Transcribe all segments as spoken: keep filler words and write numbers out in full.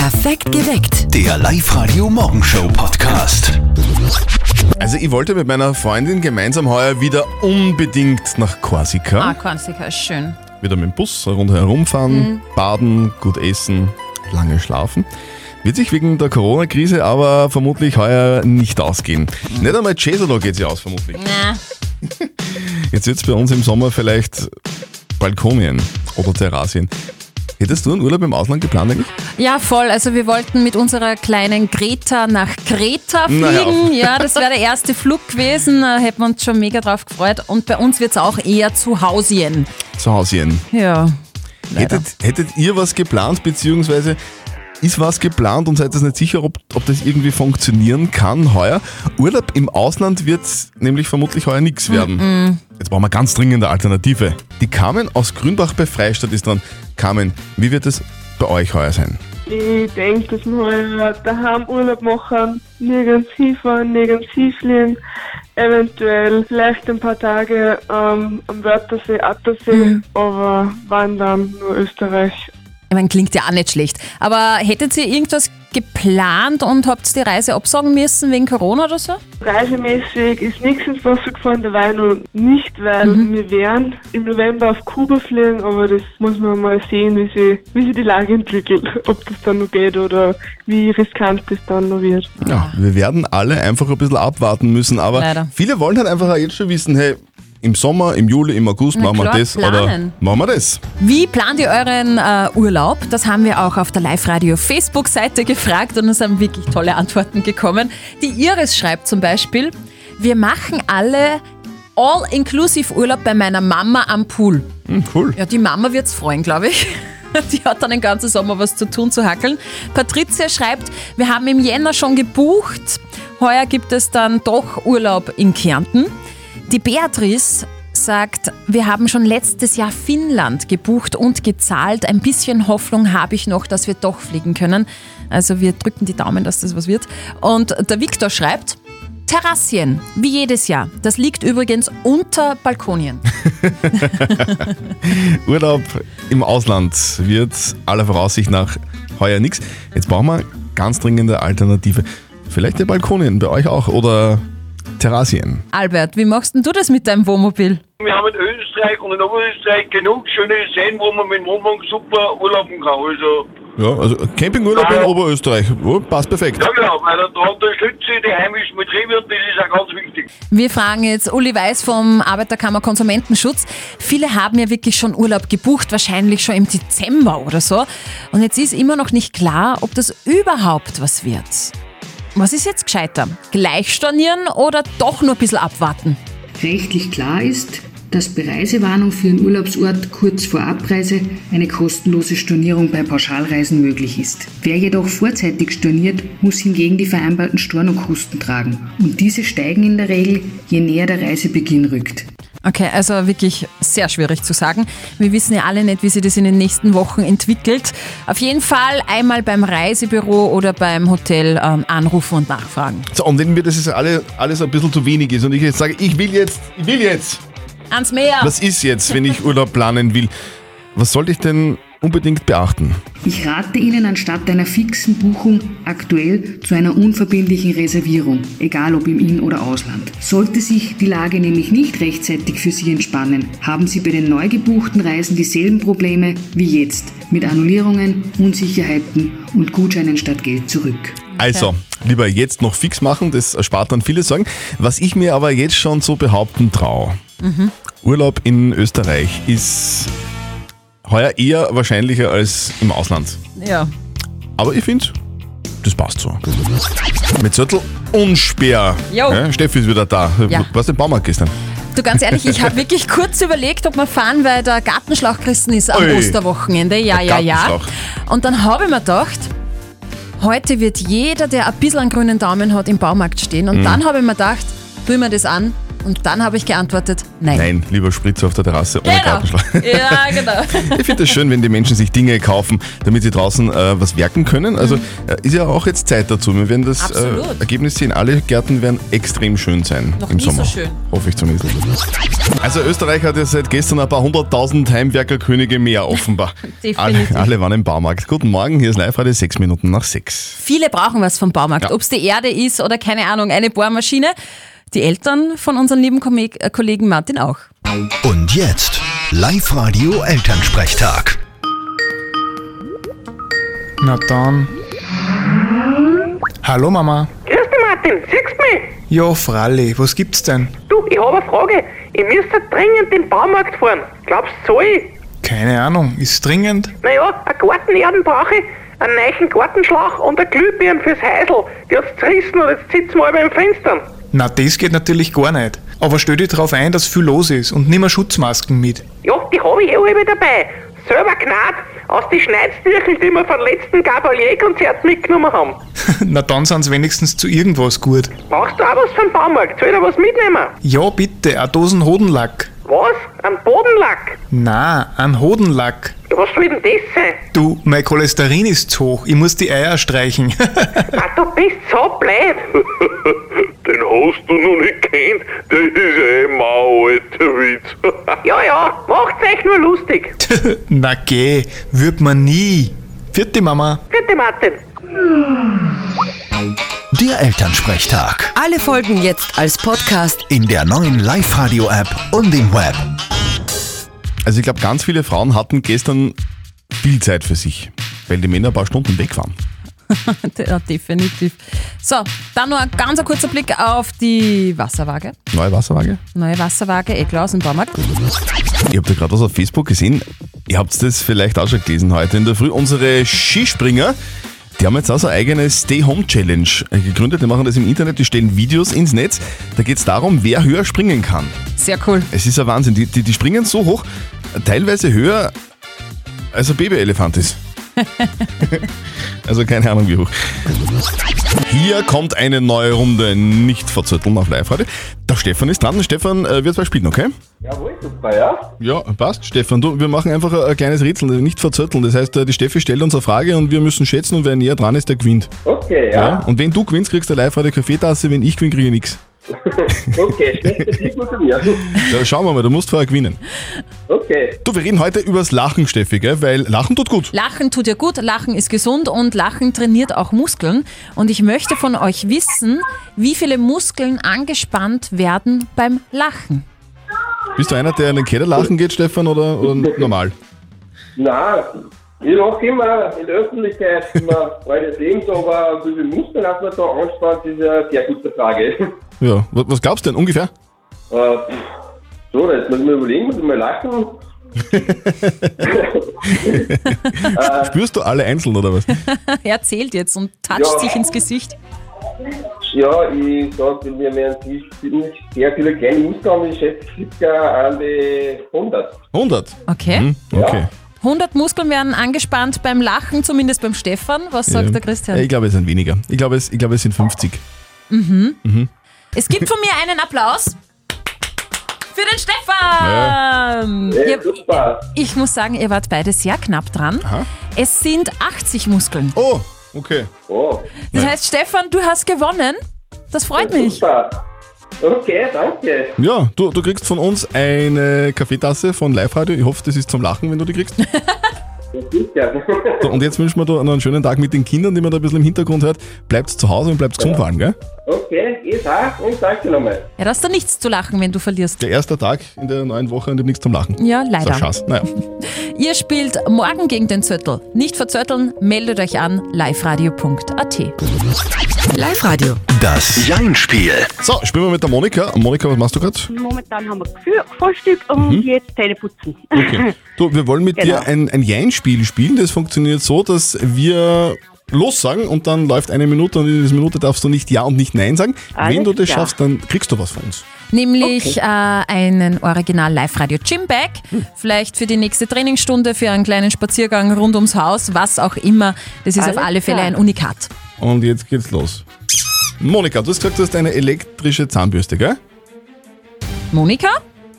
Perfekt geweckt. Der Live-Radio-Morgenshow-Podcast. Also ich wollte mit meiner Freundin gemeinsam heuer wieder unbedingt nach Korsika. Ah, Korsika ist schön. Wieder mit dem Bus rundherum fahren, mhm. baden, gut essen, lange schlafen. Wird sich wegen der Corona-Krise aber vermutlich heuer nicht ausgehen. Nicht einmal Cesaro geht sie aus, vermutlich. Na. Jetzt wird es bei uns im Sommer vielleicht Balkonien oder Terrassien. Hättest du einen Urlaub im Ausland geplant eigentlich? Ja, voll. Also wir wollten mit unserer kleinen Greta nach Kreta fliegen. Ja, das wäre der erste Flug gewesen. Da hätten wir uns schon mega drauf gefreut. Und bei uns wird es auch eher zu Hausien. Zu Hausien. Ja. Hättet, hättet ihr was geplant, beziehungsweise ist was geplant und seid ihr nicht sicher, ob, ob das irgendwie funktionieren kann heuer? Urlaub im Ausland wird nämlich vermutlich heuer nichts werden. Mm-mm. Jetzt brauchen wir ganz dringend eine Alternative. Die Carmen aus Grünbach bei Freistadt ist dran. Carmen, wie wird es bei euch heuer sein? Ich denke, dass wir heuer daheim Urlaub machen, nirgends hinfahren, nirgends hinfliegen. Eventuell vielleicht ein paar Tage ähm, am Wörthersee, Attersee, mm. aber wandern nur Österreich. Ich meine, klingt ja auch nicht schlecht. Aber hättet ihr irgendwas geplant und habt die Reise absagen müssen wegen Corona oder so? Reisemäßig ist nichts ins Wasser gefallen, da war ich noch nicht, weil mhm. wir werden im November auf Kuba fliegen, aber das muss man mal sehen, wie sich wie sich die Lage entwickelt, ob das dann noch geht oder wie riskant das dann noch wird. Ja, wir werden alle einfach ein bisschen abwarten müssen, aber Leider. Viele wollen halt einfach auch jetzt schon wissen, hey, im Sommer, im Juli, im August Na machen klar, wir das planen. oder machen wir das. Wie plant ihr euren äh, Urlaub? Das haben wir auch auf der Live-Radio-Facebook-Seite gefragt und es sind wirklich tolle Antworten gekommen. Die Iris schreibt zum Beispiel, wir machen alle All-Inclusive-Urlaub bei meiner Mama am Pool. Hm, cool. Ja, die Mama wird's freuen, glaube ich. Die hat dann den ganzen Sommer was zu tun, zu hackeln. Patricia schreibt, wir haben im Jänner schon gebucht. Heuer gibt es dann doch Urlaub in Kärnten. Die Beatrice sagt, wir haben schon letztes Jahr Finnland gebucht und gezahlt. Ein bisschen Hoffnung habe ich noch, dass wir doch fliegen können. Also wir drücken die Daumen, dass das was wird. Und der Viktor schreibt, Terrassien, wie jedes Jahr. Das liegt übrigens unter Balkonien. Urlaub im Ausland wird aller Voraussicht nach heuer nichts. Jetzt brauchen wir ganz dringende Alternative. Vielleicht die Balkonien bei euch auch oder Terrassien. Albert, wie machst denn du das mit deinem Wohnmobil? Wir haben in Österreich und in Oberösterreich genug schöne Seen, wo man mit dem Wohnwagen super urlauben kann. Also ja, also Campingurlaub in Oberösterreich, oh, passt perfekt. Ja genau, weil da unterstütze ich die heimischen Betriebe und das ist auch ganz wichtig. Wir fragen jetzt Uli Weiß vom Arbeiterkammer Konsumentenschutz. Viele haben ja wirklich schon Urlaub gebucht, wahrscheinlich schon im Dezember oder so. Und jetzt ist immer noch nicht klar, ob das überhaupt was wird. Was ist jetzt gescheiter? Gleich stornieren oder doch nur ein bisschen abwarten? Rechtlich klar ist, dass bei Reisewarnung für einen Urlaubsort kurz vor Abreise eine kostenlose Stornierung bei Pauschalreisen möglich ist. Wer jedoch vorzeitig storniert, muss hingegen die vereinbarten Stornokosten tragen. Und diese steigen in der Regel, je näher der Reisebeginn rückt. Okay, also wirklich sehr schwierig zu sagen. Wir wissen ja alle nicht, wie sich das in den nächsten Wochen entwickelt. Auf jeden Fall einmal beim Reisebüro oder beim Hotel ähm, anrufen und nachfragen. So, und wenn mir das jetzt alle, alles ein bisschen zu wenig ist und ich jetzt sage, ich will jetzt, ich will jetzt. Ans Meer. Was ist jetzt, wenn ich Urlaub planen will? Was sollte ich denn unbedingt beachten? Ich rate Ihnen anstatt einer fixen Buchung aktuell zu einer unverbindlichen Reservierung, egal ob im In- oder Ausland. Sollte sich die Lage nämlich nicht rechtzeitig für Sie entspannen, haben Sie bei den neu gebuchten Reisen dieselben Probleme wie jetzt, mit Annullierungen, Unsicherheiten und Gutscheinen statt Geld zurück. Also, lieber jetzt noch fix machen, das erspart dann viele Sorgen. Was ich mir aber jetzt schon so behaupten traue, mhm. Urlaub in Österreich ist heuer eher wahrscheinlicher als im Ausland. Ja. Aber ich finde, das passt so. Mit Zettel und Speer. Ja, Steffi ist wieder da. Ja. Warst du im Baumarkt gestern? Du, ganz ehrlich, ich habe wirklich kurz überlegt, ob wir fahren, weil der Gartenschlauch gerissen ist am Ui. Osterwochenende. Ja, Der ja, ja. Gartenschlauch. Und dann habe ich mir gedacht, heute wird jeder, der ein bisschen einen grünen Daumen hat, im Baumarkt stehen. Und mhm. dann habe ich mir gedacht, tue ich mir das an, Und dann habe ich geantwortet, nein. Nein, lieber Spritzer auf der Terrasse ohne Genau. Gartenschlauch. Ja, genau. Ich finde es schön, wenn die Menschen sich Dinge kaufen, damit sie draußen äh, was werken können. Also äh, ist ja auch jetzt Zeit dazu. Wir werden das äh, Absolut. Ergebnis sehen. Alle Gärten werden extrem schön sein Noch im nie so Sommer. schön. Hoffe ich zumindest. Also Österreich hat ja seit gestern ein paar hunderttausend Heimwerkerkönige mehr offenbar. Definitiv. Alle, alle waren im Baumarkt. Guten Morgen, hier ist Live-Radio, sechs Minuten nach sechs. Viele brauchen was vom Baumarkt, Ja. ob es die Erde ist oder keine Ahnung, eine Bohrmaschine. Die Eltern von unserem lieben Kom- äh, Kollegen Martin auch. Und jetzt Live-Radio Elternsprechtag. Na dann. Hallo Mama. Grüß dich, Martin. Siehst du mich? Ja, Fralli, was gibt's denn? Du, ich habe eine Frage. Ich müsste dringend den Baumarkt fahren. Glaubst du, soll ich? Keine Ahnung, ist dringend? Naja, eine Gartenerden brauche ich, einen neuen Gartenschlauch und eine Glühbirne fürs Häusl. Die hat's zerrissen und jetzt sitzen wir alle beim Fenstern. Na, das geht natürlich gar nicht. Aber stell dich drauf ein, dass viel los ist und nimm Schutzmasken mit. Ja, die habe ich eh alle dabei. Selber gnad aus den Schneidstierchen, die wir vom letzten Gabalier-Konzert mitgenommen haben. Na dann sind's wenigstens zu irgendwas gut. Brauchst du auch was vom Baumarkt? Soll ich da was mitnehmen? Ja, bitte, eine Dosen Hodenlack. Was? Ein Bodenlack? Na, ein Hodenlack. Ja, was soll denn das sein? Du, mein Cholesterin ist zu hoch, ich muss die Eier streichen. Ah, du bist so blöd. Den hast du noch nicht kennt. Das ist eh mau, alter Witz. Ja, ja, macht's euch nur lustig. Na geh, würd man nie. Vierte Mama. Bitte, Martin. Der Elternsprechtag. Alle Folgen jetzt als Podcast. In der neuen Live-Radio-App und im Web. Also ich glaube, ganz viele Frauen hatten gestern viel Zeit für sich, weil die Männer ein paar Stunden weg waren. Ja, definitiv. So, dann nur ein ganz kurzer Blick auf die Wasserwaage. Neue Wasserwaage. Neue Wasserwaage, eh klar, aus dem Baumarkt. Ich habe da gerade was auf Facebook gesehen. Ihr habt das vielleicht auch schon gelesen heute in der Früh. Unsere Skispringer, die haben jetzt auch so eine eigene Stay-Home-Challenge gegründet. Die machen das im Internet, die stellen Videos ins Netz. Da geht es darum, wer höher springen kann. Sehr cool. Es ist ein Wahnsinn. Die, die, die springen so hoch, teilweise höher als ein Babyelefant ist. Also keine Ahnung wie hoch. Hier kommt eine neue Runde, nicht verzötteln auf Live-Radio. Der Stefan ist dran. Stefan äh, wird zwei spielen, okay? Jawohl, super, ja? Ja, passt, Stefan. Du, wir machen einfach ein, ein kleines Rätsel, nicht verzötteln. Das heißt, die Steffi stellt uns eine Frage und wir müssen schätzen und wer näher dran ist, der gewinnt. Okay, ja. Und wenn du gewinnst, kriegst du eine Live-Radio-Kaffeetasse, wenn ich gewinne, kriege ich nichts. Okay, schlechte Tipp von mir. Ja, schauen wir mal, du musst vorher gewinnen. Okay. Du, wir reden heute übers Lachen, Steffi, gell? Weil Lachen tut gut. Lachen tut ja gut, Lachen ist gesund und Lachen trainiert auch Muskeln. Und ich möchte von euch wissen, wie viele Muskeln angespannt werden beim Lachen. Bist du einer, der in den Keller lachen geht, Stefan, oder, oder normal? Nein, ich lache immer in der Öffentlichkeit, immer alles Lebens, aber wie viel Muskeln hat man da anspannt, ist eine sehr gute Frage. Ja, was, was glaubst du denn ungefähr? Äh, so, jetzt muss ich mir überlegen, muss ich mal lachen. Spürst du alle einzeln, oder was? Er zählt jetzt und toucht Ja. sich ins Gesicht. Ja, ich sage, wir werden ziemlich sehr viele kleine Muskeln haben, ich schätze circa an die hundert. hundert? Okay. Hm, okay. hundert Muskeln werden angespannt beim Lachen, zumindest beim Stefan. Was sagt der Christian? Ja, ich glaube, es sind weniger. Ich glaube, es, ich glaube, es sind fünfzig. Es gibt von mir einen Applaus für den Stefan. Hey, Ihr- super. Ich muss sagen, ihr wart beide sehr knapp dran. Aha. Es sind achtzig Muskeln. Oh, okay. Oh, Das heißt, Stefan, du hast gewonnen. Das freut mich. super. Okay, danke. Ja, du, du kriegst von uns eine Kaffeetasse von Live-Radio. Ich hoffe, das ist zum Lachen, wenn du die kriegst. Das ist ja. So, und jetzt wünschen wir dir noch einen schönen Tag mit den Kindern, die man da ein bisschen im Hintergrund hört. Bleibt zu Hause und bleibt gesund vor allem, gell? Okay, ich auch und danke nochmal. Ja, da hast du nichts zu lachen, wenn du verlierst. Der erste Tag in der neuen Woche und ich hab nichts zum Lachen. Ja, So, leider. Schatz. Naja. Ihr spielt morgen gegen den Zöttl. Nicht verzötteln, meldet euch an liveradio punkt at. Live-Radio. Das Jein-Spiel. So, spielen wir mit der Monika. Monika, was machst du gerade? Momentan haben wir Gefühl- gefrühstückt und jetzt Zähne putzen. Okay. Du, wir wollen mit Genau. dir ein, ein Jein-Spiel spielen. Das funktioniert so, dass wir Los sagen und dann läuft eine Minute und in dieser Minute darfst du nicht Ja und nicht Nein sagen. Alles Wenn du das klar. schaffst, dann kriegst du was von uns. Nämlich äh, einen Original Live-Radio Gymbag. Vielleicht für die nächste Trainingsstunde, für einen kleinen Spaziergang rund ums Haus, was auch immer. Das ist Alles auf alle Fälle klar. ein Unikat. Und jetzt geht's los. Monika, du hast gesagt, du hast eine elektrische Zahnbürste, gell? Monika?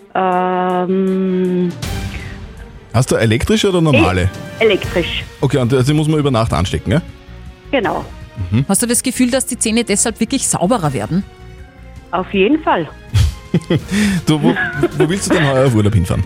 Ähm, Hast du elektrische oder normale? elektrisch, Okay, und also die muss man über Nacht anstecken, ja? genau. Hast du das Gefühl, dass die Zähne deshalb wirklich sauberer werden? Auf jeden Fall. Du, wo, wo willst du denn heuer auf Urlaub hinfahren?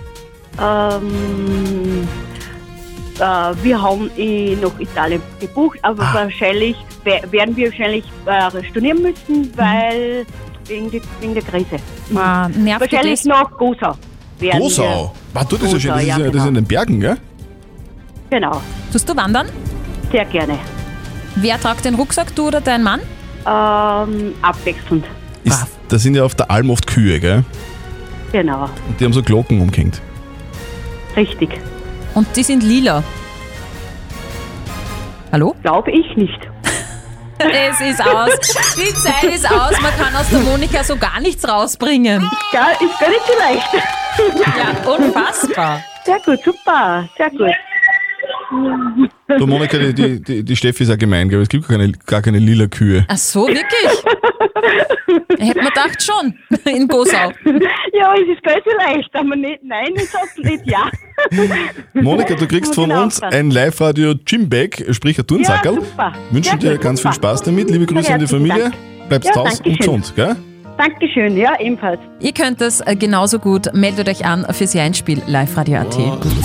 Ähm, äh, wir haben eh noch Italien gebucht, aber Ah. wahrscheinlich wer- werden wir wahrscheinlich äh, stornieren müssen, weil wegen, die, wegen der Krise. Ah, nervt dich Wahrscheinlich das? nach Gosau. werden Gosau? Warte, du, das ist ja schön, das Gosau, ist, ja, ja, das ist in den Bergen, gell? Wir, genau, Tust du wandern? sehr gerne. Wer tragt den Rucksack, du oder dein Mann? Ähm, abwechselnd, Ist, da sind ja auf der Alm oft Kühe, gell? genau, Und die haben so Glocken umgehängt. richtig. Und die sind lila. Hallo? Glaube ich nicht. Es ist aus. Die Zeit ist aus. Man kann aus der Monika so gar nichts rausbringen. Ja, ist gar nicht so leicht. Ja, unfassbar. Sehr gut, super, sehr gut. Du, Monika, die, die, die, die Steffi ist ja gemein, gell? Es gibt gar keine, gar keine lila Kühe. Ach so, wirklich? Hätte man gedacht schon. In Gosau. Ja, es ist gar nicht so leicht, aber nicht nein, ich sag's nicht ja. Monika, du kriegst Muss von ich uns aufpassen. ein Live-Radio-Gymbag, sprich ein Turnsackerl. Ja, super. Wünschen Sehr dir gut, ganz viel super. Spaß damit. Liebe Grüße an die Herzlichen Familie. Dank. Bleibst Ja, zu Hause und danke schön. gesund, gell? Dankeschön, ja, ebenfalls. Ihr könnt das äh, genauso gut. Meldet euch an fürs Jeinspiel live radio punkt a t.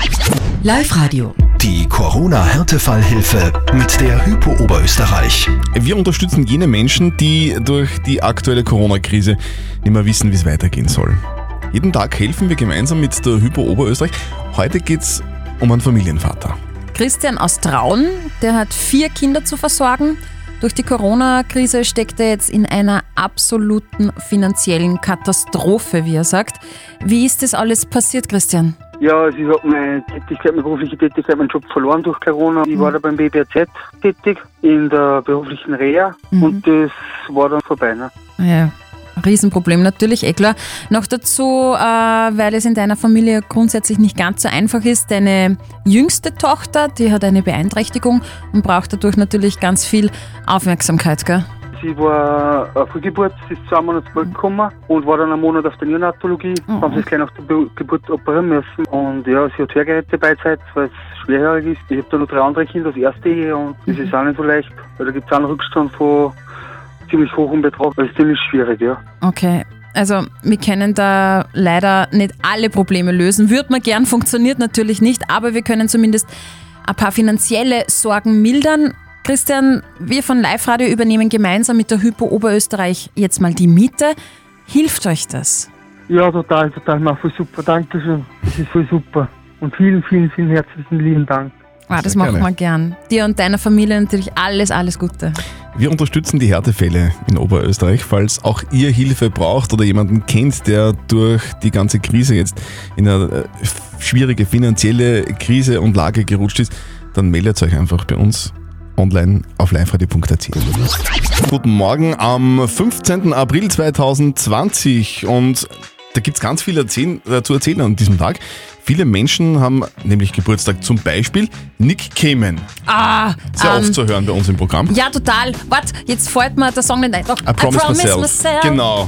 Live-Radio. Die Corona-Härtefallhilfe mit der Hypo Oberösterreich. Wir unterstützen jene Menschen, die durch die aktuelle Corona-Krise nicht mehr wissen, wie es weitergehen soll. Jeden Tag helfen wir gemeinsam mit der Hypo Oberösterreich. Heute geht's um einen Familienvater. Christian aus Traun, der hat vier Kinder zu versorgen. Durch die Corona-Krise steckt er jetzt in einer absoluten finanziellen Katastrophe, wie er sagt. Wie ist das alles passiert, Christian? Ja, also ich habe meine Tätigkeit, meine berufliche Tätigkeit, meinen Job verloren durch Corona. Ich war da beim B B R Z tätig, in der beruflichen Reha Mhm. und das war dann vorbei. Ne? Ja, Riesenproblem natürlich, eh klar. Noch dazu, äh, weil es in deiner Familie grundsätzlich nicht ganz so einfach ist, deine jüngste Tochter, die hat eine Beeinträchtigung und braucht dadurch natürlich ganz viel Aufmerksamkeit, gell? Sie war eine Frühgeburt, sie ist zwei Monate bald gekommen und war dann einen Monat auf der Neonatologie. Mhm. Haben sie gleich nach der Be- Geburt operieren müssen. Und ja, sie hat Hörgeräte beizeit, weil es schwerhörig ist. Ich habe da noch drei andere Kinder aus erster Ehe und das ist auch nicht so leicht, weil da gibt es auch einen Rückstand von ziemlich hohem Betrag. Das ist ziemlich schwierig, ja. Okay, also wir können da leider nicht alle Probleme lösen. Würde man gern, funktioniert natürlich nicht, aber wir können zumindest ein paar finanzielle Sorgen mildern. Christian, wir von Live Radio übernehmen gemeinsam mit der Hypo Oberösterreich jetzt mal die Miete. Hilft euch das? Ja, total, total, mach voll super, Dankeschön. Das ist voll super. Und vielen, vielen, vielen herzlichen lieben Dank. Ah, das Sehr machen gerne. wir gern. Dir und deiner Familie natürlich alles, alles Gute. Wir unterstützen die Härtefälle in Oberösterreich. Falls auch ihr Hilfe braucht oder jemanden kennt, der durch die ganze Krise jetzt in eine äh, schwierige finanzielle Krise und Lage gerutscht ist, dann meldet euch einfach bei uns online auf live radio punkt a t. Guten Morgen am fünfzehnten April zweitausendzwanzig und da gibt es ganz viel erzählen, äh, zu erzählen an diesem Tag. Viele Menschen haben nämlich Geburtstag, zum Beispiel Nick Cayman. Ah, Sehr ähm, oft zu hören bei uns im Programm. ja, total. Warte, jetzt fällt mir der Song nicht ein. Doch, I Promise Myself. Genau.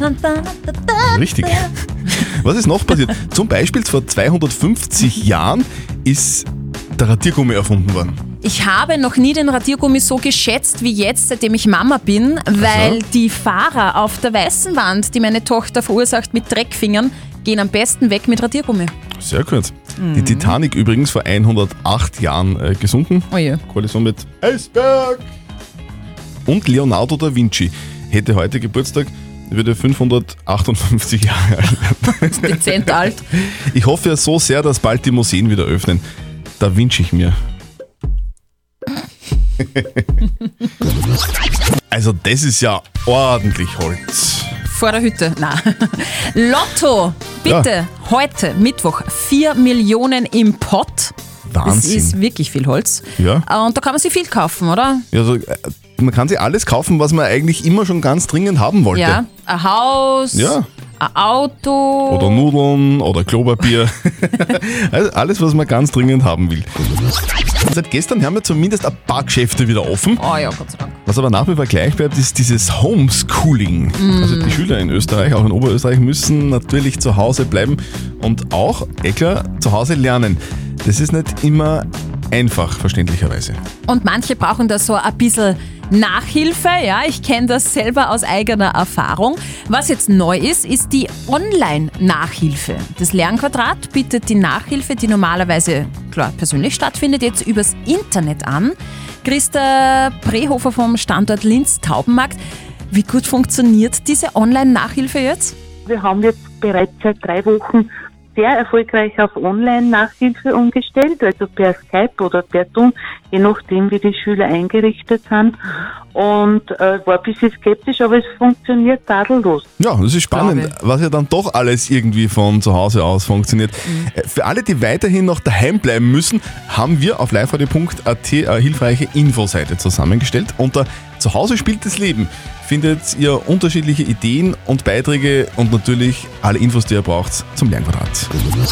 Richtig. Was ist noch passiert? Zum Beispiel vor zweihundertfünfzig Jahren ist der Radiergummi erfunden worden. Ich habe noch nie den Radiergummi so geschätzt wie jetzt, seitdem ich Mama bin, weil die Fahrer auf der weißen Wand, die meine Tochter verursacht mit Dreckfingern, gehen am besten weg mit Radiergummi. Sehr gut. Die Titanic übrigens vor hundertacht Jahren äh, gesunken. Oh je. Kollision mit Eisberg. Und Leonardo da Vinci hätte heute Geburtstag, würde fünfhundertachtundfünfzig Jahre alt werden. Dezent alt. Ich hoffe ja so sehr, dass bald die Museen wieder öffnen. Da wünsche ich mir. Also das ist ja ordentlich Holz. Vor der Hütte. Nein. Lotto, bitte, Ja. heute, Mittwoch, vier Millionen im Pott. Das Wahnsinn. ist wirklich viel Holz. Ja. Und da kann man sich viel kaufen, oder? Also, äh, man kann sich alles kaufen, was man eigentlich immer schon ganz dringend haben wollte. Ja, ein Haus, Ja. ein Auto. Oder Nudeln oder Klopapier. Also alles, was man ganz dringend haben will. Seit gestern haben wir zumindest ein paar Geschäfte wieder offen. Oh ja, Gott sei Dank. Was aber nach wie vor gleich bleibt, ist dieses Homeschooling. Mm. Also die Schüler in Österreich, auch in Oberösterreich, müssen natürlich zu Hause bleiben und auch, eh klar, zu Hause lernen. Das ist nicht immer einfach, verständlicherweise. Und manche brauchen da so ein bisschen Nachhilfe. Ja, ich kenne das selber aus eigener Erfahrung. Was jetzt neu ist, ist die Online-Nachhilfe. Das Lernquadrat bietet die Nachhilfe, die normalerweise klar persönlich stattfindet, jetzt übers Internet an. Christa Prehofer vom Standort Linz-Taubenmarkt. Wie gut funktioniert diese Online-Nachhilfe jetzt? Wir haben jetzt bereits seit drei Wochen sehr erfolgreich auf Online-Nachhilfe umgestellt, also per Skype oder per Zoom, je nachdem, wie die Schüler eingerichtet sind. Und äh, war ein bisschen skeptisch, aber es funktioniert tadellos. Ja, das ist spannend, was ja dann doch alles irgendwie von zu Hause aus funktioniert. Mhm. Für alle, die weiterhin noch daheim bleiben müssen, haben wir auf liveradio punkt at eine hilfreiche Infoseite zusammengestellt. Unter Zuhause spielt das Leben findet ihr unterschiedliche Ideen und Beiträge und natürlich alle Infos, die ihr braucht zum Lernquadrat.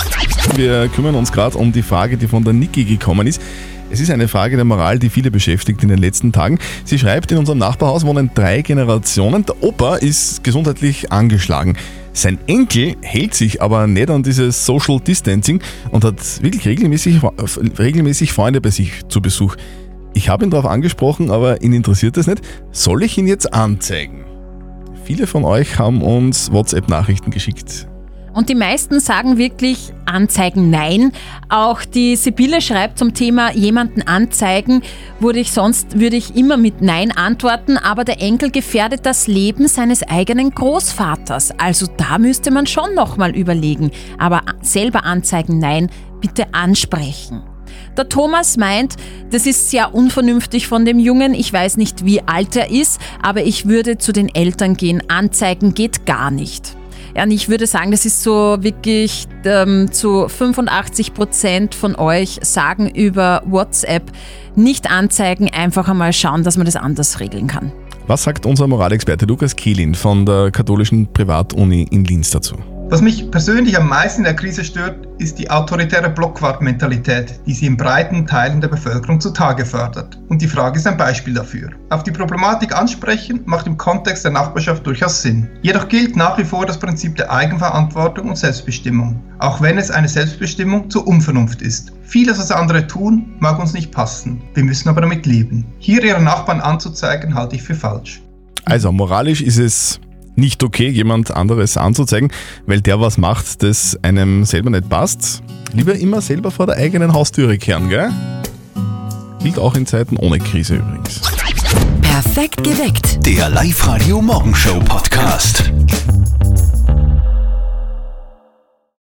Wir kümmern uns gerade um die Frage, die von der Niki gekommen ist. Es ist eine Frage der Moral, die viele beschäftigt in den letzten Tagen. Sie schreibt, in unserem Nachbarhaus wohnen drei Generationen. Der Opa ist gesundheitlich angeschlagen. Sein Enkel hält sich aber nicht an dieses Social Distancing und hat wirklich regelmäßig, regelmäßig Freunde bei sich zu Besuch. Ich habe ihn darauf angesprochen, aber ihn interessiert das nicht. Soll ich ihn jetzt anzeigen? Viele von euch haben uns WhatsApp-Nachrichten geschickt. Und die meisten sagen wirklich Anzeigen nein. Auch die Sibylle schreibt zum Thema jemanden anzeigen, würde ich sonst würde ich immer mit Nein antworten, aber der Enkel gefährdet das Leben seines eigenen Großvaters. Also da müsste man schon nochmal überlegen. Aber selber anzeigen nein, bitte ansprechen. Der Thomas meint, das ist sehr unvernünftig von dem Jungen. Ich weiß nicht, wie alt er ist, aber ich würde zu den Eltern gehen. Anzeigen geht gar nicht. Ja, und ich würde sagen, das ist so wirklich ähm, zu fünfundachtzig Prozent von euch sagen über WhatsApp nicht anzeigen, einfach einmal schauen, dass man das anders regeln kann. Was sagt unser Moralexperte Lukas Kehlin von der katholischen Privatuni in Linz dazu? Was mich persönlich am meisten in der Krise stört, ist die autoritäre Blockwart-Mentalität, die sie in breiten Teilen der Bevölkerung zutage fördert. Und die Frage ist ein Beispiel dafür. Auf die Problematik ansprechen macht im Kontext der Nachbarschaft durchaus Sinn. Jedoch gilt nach wie vor das Prinzip der Eigenverantwortung und Selbstbestimmung, auch wenn es eine Selbstbestimmung zur Unvernunft ist. Vieles, was andere tun, mag uns nicht passen. Wir müssen aber damit leben. Hier ihre Nachbarn anzuzeigen, halte ich für falsch. Also moralisch ist es nicht okay, jemand anderes anzuzeigen, weil der was macht, das einem selber nicht passt. Lieber immer selber vor der eigenen Haustüre kehren, gell? Gilt auch in Zeiten ohne Krise übrigens. Perfekt geweckt. Der Live-Radio Morgenshow Podcast.